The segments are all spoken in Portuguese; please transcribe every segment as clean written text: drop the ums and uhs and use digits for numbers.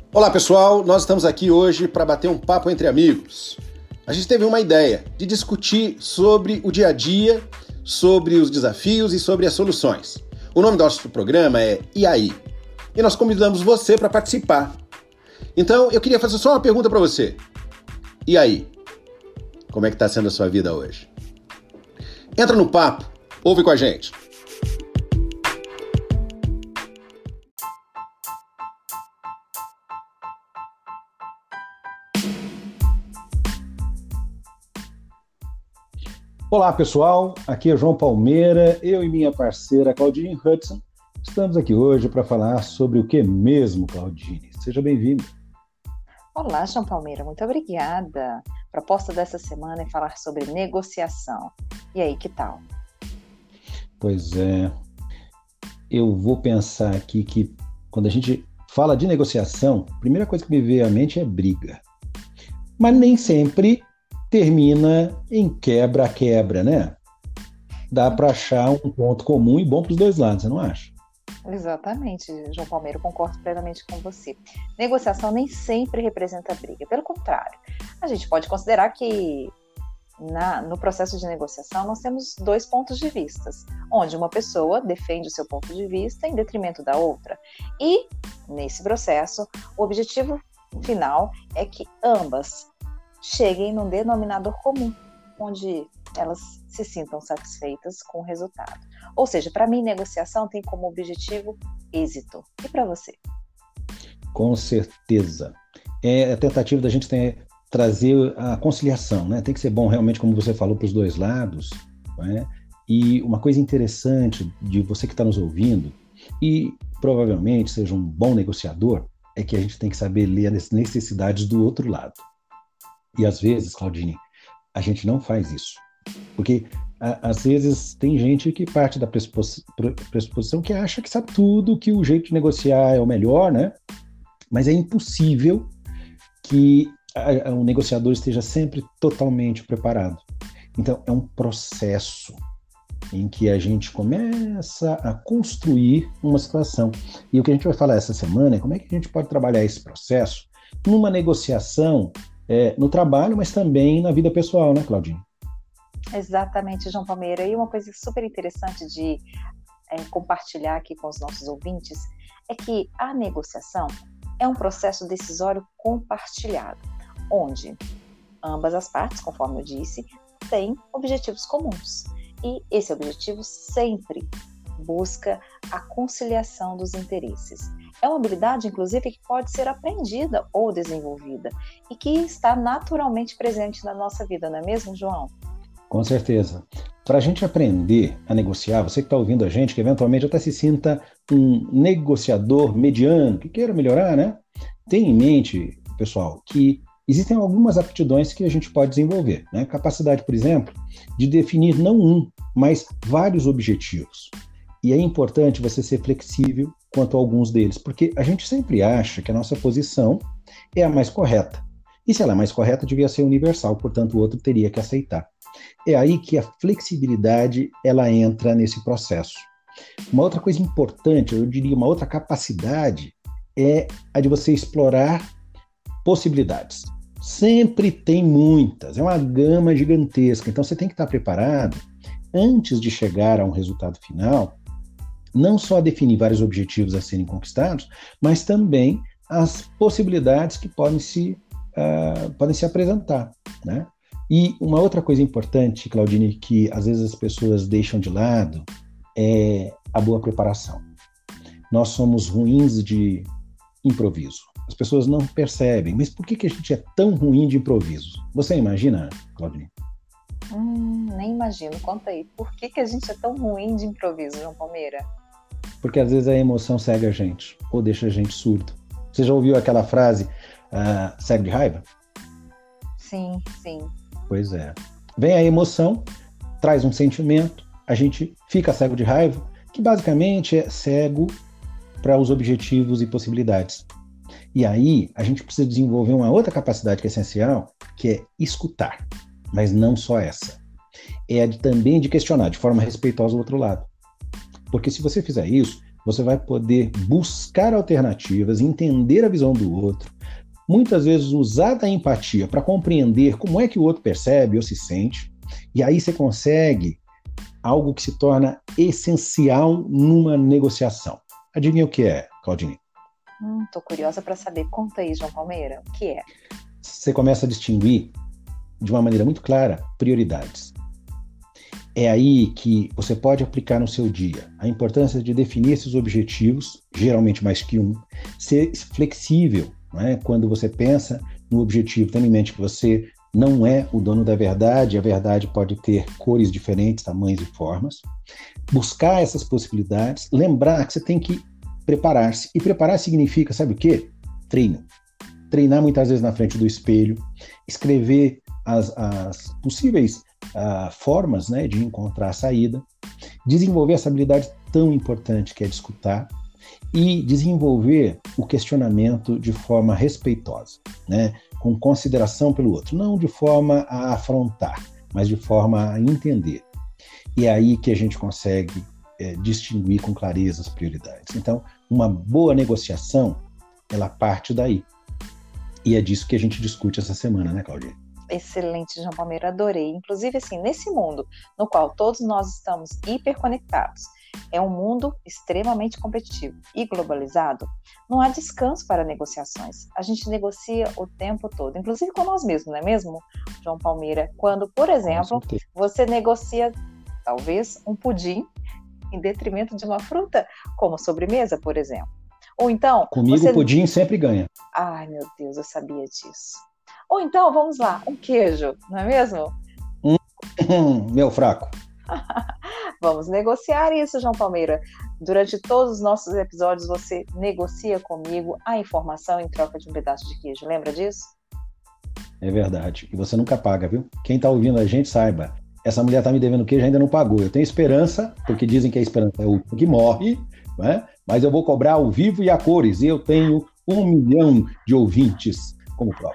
Olá pessoal, nós estamos aqui hoje para bater um papo entre amigos. A gente teve uma ideia de discutir sobre o dia a dia, sobre os desafios e sobre as soluções. O nome do nosso programa é E aí? E nós convidamos você para participar. Então eu queria fazer só uma pergunta para você. E aí? Como é que está sendo a sua vida hoje? Entra no papo, ouve com a gente. Olá pessoal, aqui é João Palmeira, eu e minha parceira Claudine Hudson estamos aqui hoje para falar sobre o que mesmo, Claudine? Seja bem-vinda. Olá, João Palmeira, muito obrigada. A proposta dessa semana é falar sobre negociação. E aí, que tal? Pois é, eu vou pensar aqui que quando a gente fala de negociação, a primeira coisa que me veio à mente é briga. Mas nem sempre termina em quebra-quebra, né? Dá para achar um ponto comum e bom para os dois lados, você não acha? Exatamente, João Palmeira, eu concordo plenamente com você. Negociação nem sempre representa briga, pelo contrário. A gente pode considerar que no processo de negociação nós temos dois pontos de vista, onde uma pessoa defende o seu ponto de vista em detrimento da outra. E, nesse processo, o objetivo final é que ambas cheguem num denominador comum, onde elas se sintam satisfeitas com o resultado. Ou seja, para mim, negociação tem como objetivo êxito. E para você? Com certeza. É a tentativa da gente trazer a conciliação, né? Tem que ser bom realmente, como você falou, para os dois lados, né? E uma coisa interessante de você que está nos ouvindo, e provavelmente seja um bom negociador, é que a gente tem que saber ler as necessidades do outro lado. E às vezes, Claudine, a gente não faz isso. Porque às vezes tem gente que parte da pressuposição que acha que sabe tudo, que o jeito de negociar é o melhor, né? Mas é impossível que o negociador esteja sempre totalmente preparado. Então, é um processo em que a gente começa a construir uma situação. E o que a gente vai falar essa semana é como é que a gente pode trabalhar esse processo numa negociação no trabalho, mas também na vida pessoal, né, Claudine? Exatamente, João Palmeira. E uma coisa super interessante de compartilhar aqui com os nossos ouvintes é que a negociação é um processo decisório compartilhado, onde ambas as partes, conforme eu disse, têm objetivos comuns. E esse objetivo sempre busca a conciliação dos interesses. É uma habilidade, inclusive, que pode ser aprendida ou desenvolvida e que está naturalmente presente na nossa vida, não é mesmo, João? Com certeza. Para a gente aprender a negociar, você que está ouvindo a gente, que eventualmente até se sinta um negociador mediano, que queira melhorar, né? Tenha em mente, pessoal, que existem algumas aptidões que a gente pode desenvolver, né? Capacidade, por exemplo, de definir não um, mas vários objetivos. E é importante você ser flexível quanto a alguns deles, porque a gente sempre acha que a nossa posição é a mais correta. E se ela é mais correta, devia ser universal, portanto o outro teria que aceitar. É aí que a flexibilidade ela entra nesse processo. Uma outra coisa importante, eu diria uma outra capacidade, é a de você explorar possibilidades. Sempre tem muitas, é uma gama gigantesca, então você tem que estar preparado antes de chegar a um resultado final, não só definir vários objetivos a serem conquistados, mas também as possibilidades que podem se apresentar, né? E uma outra coisa importante, Claudine, que às vezes as pessoas deixam de lado, é a boa preparação. Nós somos ruins de improviso. As pessoas não percebem, mas por que a gente é tão ruim de improviso? Você imagina, Claudine? Nem imagino. Conta aí. Por que a gente é tão ruim de improviso, João Palmeira? Porque às vezes a emoção cega a gente, ou deixa a gente surdo. Você já ouviu aquela frase, cego de raiva? Sim, sim. Pois é. Vem a emoção, traz um sentimento, a gente fica cego de raiva, que basicamente é cego para os objetivos e possibilidades. E aí a gente precisa desenvolver uma outra capacidade que é essencial, que é escutar. Mas não só essa. É também de questionar de forma respeitosa o outro lado. Porque se você fizer isso, você vai poder buscar alternativas, entender a visão do outro, muitas vezes usar da empatia para compreender como é que o outro percebe ou se sente, e aí você consegue algo que se torna essencial numa negociação. Adivinha o que é, Claudine? Tô curiosa para saber. Conta aí, João Palmeira, o que é? Você começa a distinguir, de uma maneira muito clara, prioridades. É aí que você pode aplicar no seu dia a importância de definir esses objetivos, geralmente mais que um, ser flexível, não é? Quando você pensa no objetivo, tendo em mente que você não é o dono da verdade, a verdade pode ter cores diferentes, tamanhos e formas. Buscar essas possibilidades, lembrar que você tem que preparar-se. E preparar significa, sabe o quê? Treino. Treinar muitas vezes na frente do espelho, escrever as possíveis formas, né, de encontrar a saída, desenvolver essa habilidade tão importante que é de escutar e desenvolver o questionamento de forma respeitosa, né, com consideração pelo outro, não de forma a afrontar, mas de forma a entender. E é aí que a gente consegue distinguir com clareza as prioridades. Então, uma boa negociação, ela parte daí. E é disso que a gente discute essa semana, né, Claudinha? Excelente, João Palmeira, adorei. Inclusive, assim, nesse mundo no qual todos nós estamos hiperconectados, é um mundo extremamente competitivo e globalizado, não há descanso para negociações. A gente negocia o tempo todo, inclusive com nós mesmos, não é mesmo, João Palmeira? Quando, por exemplo, você negocia, talvez, um pudim em detrimento de uma fruta, como sobremesa, por exemplo. Ou então... Comigo o pudim sempre ganha. Ai, meu Deus, eu sabia disso. Ou então, vamos lá, um queijo, não é mesmo? Meu fraco. Vamos negociar isso, João Palmeira. Durante todos os nossos episódios, você negocia comigo a informação em troca de um pedaço de queijo. Lembra disso? É verdade. E você nunca paga, viu? Quem está ouvindo a gente, saiba. Essa mulher está me devendo queijo e ainda não pagou. Eu tenho esperança, porque dizem que a esperança é o que morre, né? Mas eu vou cobrar ao vivo e a cores. E eu tenho 1 milhão de ouvintes como prova.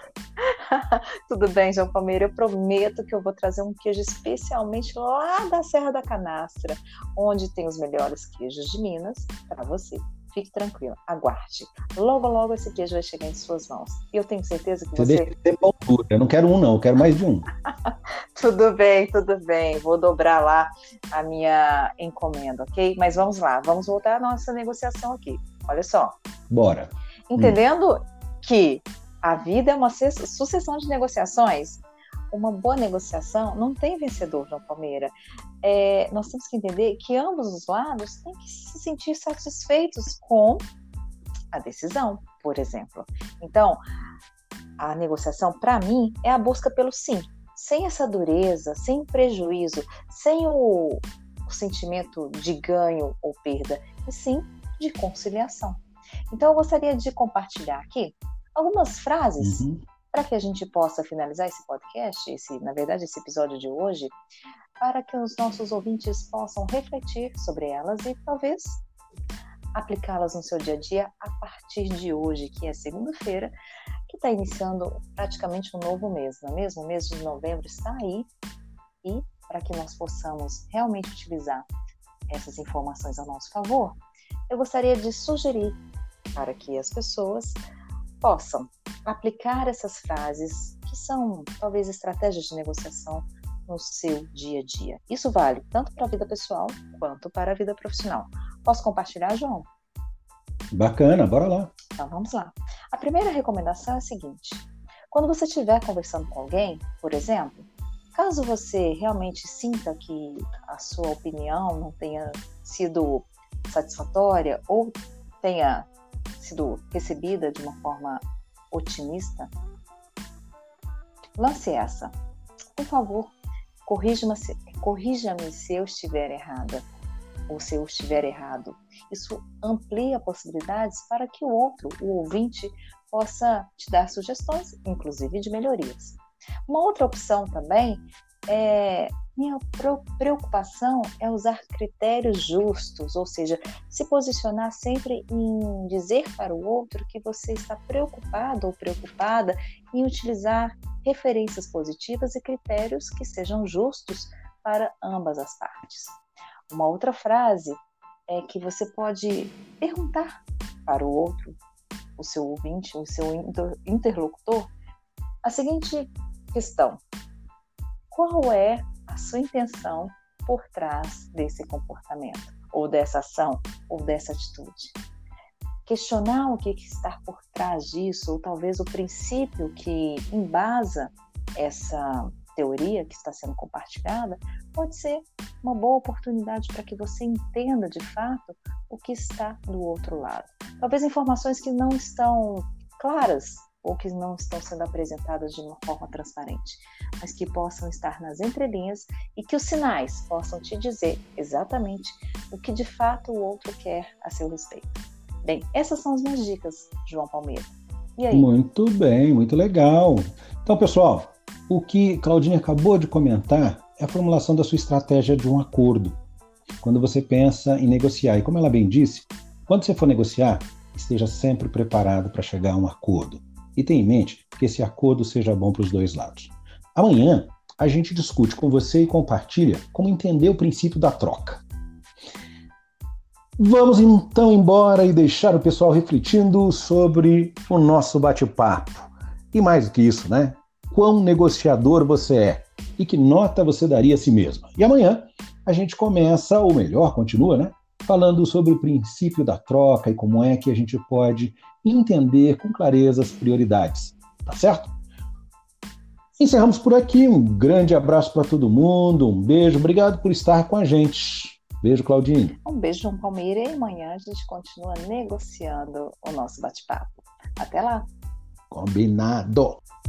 Tudo bem, João Palmeira, eu prometo que eu vou trazer um queijo especialmente lá da Serra da Canastra, onde tem os melhores queijos de Minas, para você. Fique tranquilo, aguarde. Logo, logo esse queijo vai chegar em suas mãos. E eu tenho certeza que você... Deixa de ter pão duro. Eu não quero um, não. Eu quero mais de um. Tudo bem, tudo bem. Vou dobrar lá a minha encomenda, ok? Mas vamos lá, vamos voltar à nossa negociação aqui. Olha só. Bora. Entendendo que a vida é uma sucessão de negociações, uma boa negociação não tem vencedor, João Palmeira. Nós temos que entender que ambos os lados têm que se sentir satisfeitos com a decisão, por exemplo. Então, a negociação, para mim, é a busca pelo sim, sem essa dureza, sem prejuízo, sem o sentimento de ganho ou perda, e sim de conciliação. Então, eu gostaria de compartilhar aqui algumas frases para que a gente possa finalizar esse podcast, esse episódio de hoje, para que os nossos ouvintes possam refletir sobre elas e talvez aplicá-las no seu dia a dia a partir de hoje, que é segunda-feira, que está iniciando praticamente um novo mês, não é mesmo? O mês de novembro está aí, e para que nós possamos realmente utilizar essas informações a nosso favor, eu gostaria de sugerir para que as pessoas possam aplicar essas frases, que são talvez estratégias de negociação, no seu dia a dia. Isso vale tanto para a vida pessoal quanto para a vida profissional. Posso compartilhar, João? Bacana, bora lá. Então vamos lá. A primeira recomendação é a seguinte: quando você estiver conversando com alguém, por exemplo, caso você realmente sinta que a sua opinião não tenha sido satisfatória ou tenha sido recebida de uma forma otimista, lance essa. Por favor, corrija-me se eu estiver errada ou se eu estiver errado. Isso amplia possibilidades para que o outro, o ouvinte, possa te dar sugestões, inclusive de melhorias. Uma outra opção também minha preocupação é usar critérios justos, ou seja, se posicionar sempre em dizer para o outro que você está preocupado ou preocupada em utilizar referências positivas e critérios que sejam justos para ambas as partes. Uma outra frase é que você pode perguntar para o outro, o seu ouvinte, o seu interlocutor, a seguinte questão: qual é a sua intenção por trás desse comportamento, ou dessa ação, ou dessa atitude? Questionar o que está por trás disso, ou talvez o princípio que embasa essa teoria que está sendo compartilhada, pode ser uma boa oportunidade para que você entenda de fato o que está do outro lado. Talvez informações que não estão claras ou que não estão sendo apresentadas de uma forma transparente, mas que possam estar nas entrelinhas e que os sinais possam te dizer exatamente o que de fato o outro quer a seu respeito. Bem, essas são as minhas dicas, João Palmeiro. E aí? Muito bem, muito legal. Então, pessoal, o que Claudinha acabou de comentar é a formulação da sua estratégia de um acordo. Quando você pensa em negociar, e como ela bem disse, quando você for negociar, esteja sempre preparado para chegar a um acordo. E tenha em mente que esse acordo seja bom para os dois lados. Amanhã, a gente discute com você e compartilha como entender o princípio da troca. Vamos então embora e deixar o pessoal refletindo sobre o nosso bate-papo. E mais do que isso, né? Quão negociador você é e que nota você daria a si mesmo. E amanhã a gente começa, ou melhor, continua, né? Falando sobre o princípio da troca e como é que a gente pode entender com clareza as prioridades. Tá certo? Encerramos por aqui. Um grande abraço para todo mundo. Um beijo. Obrigado por estar com a gente. Beijo, Claudinho. Um beijo, João Palmeira. E amanhã a gente continua negociando o nosso bate-papo. Até lá. Combinado.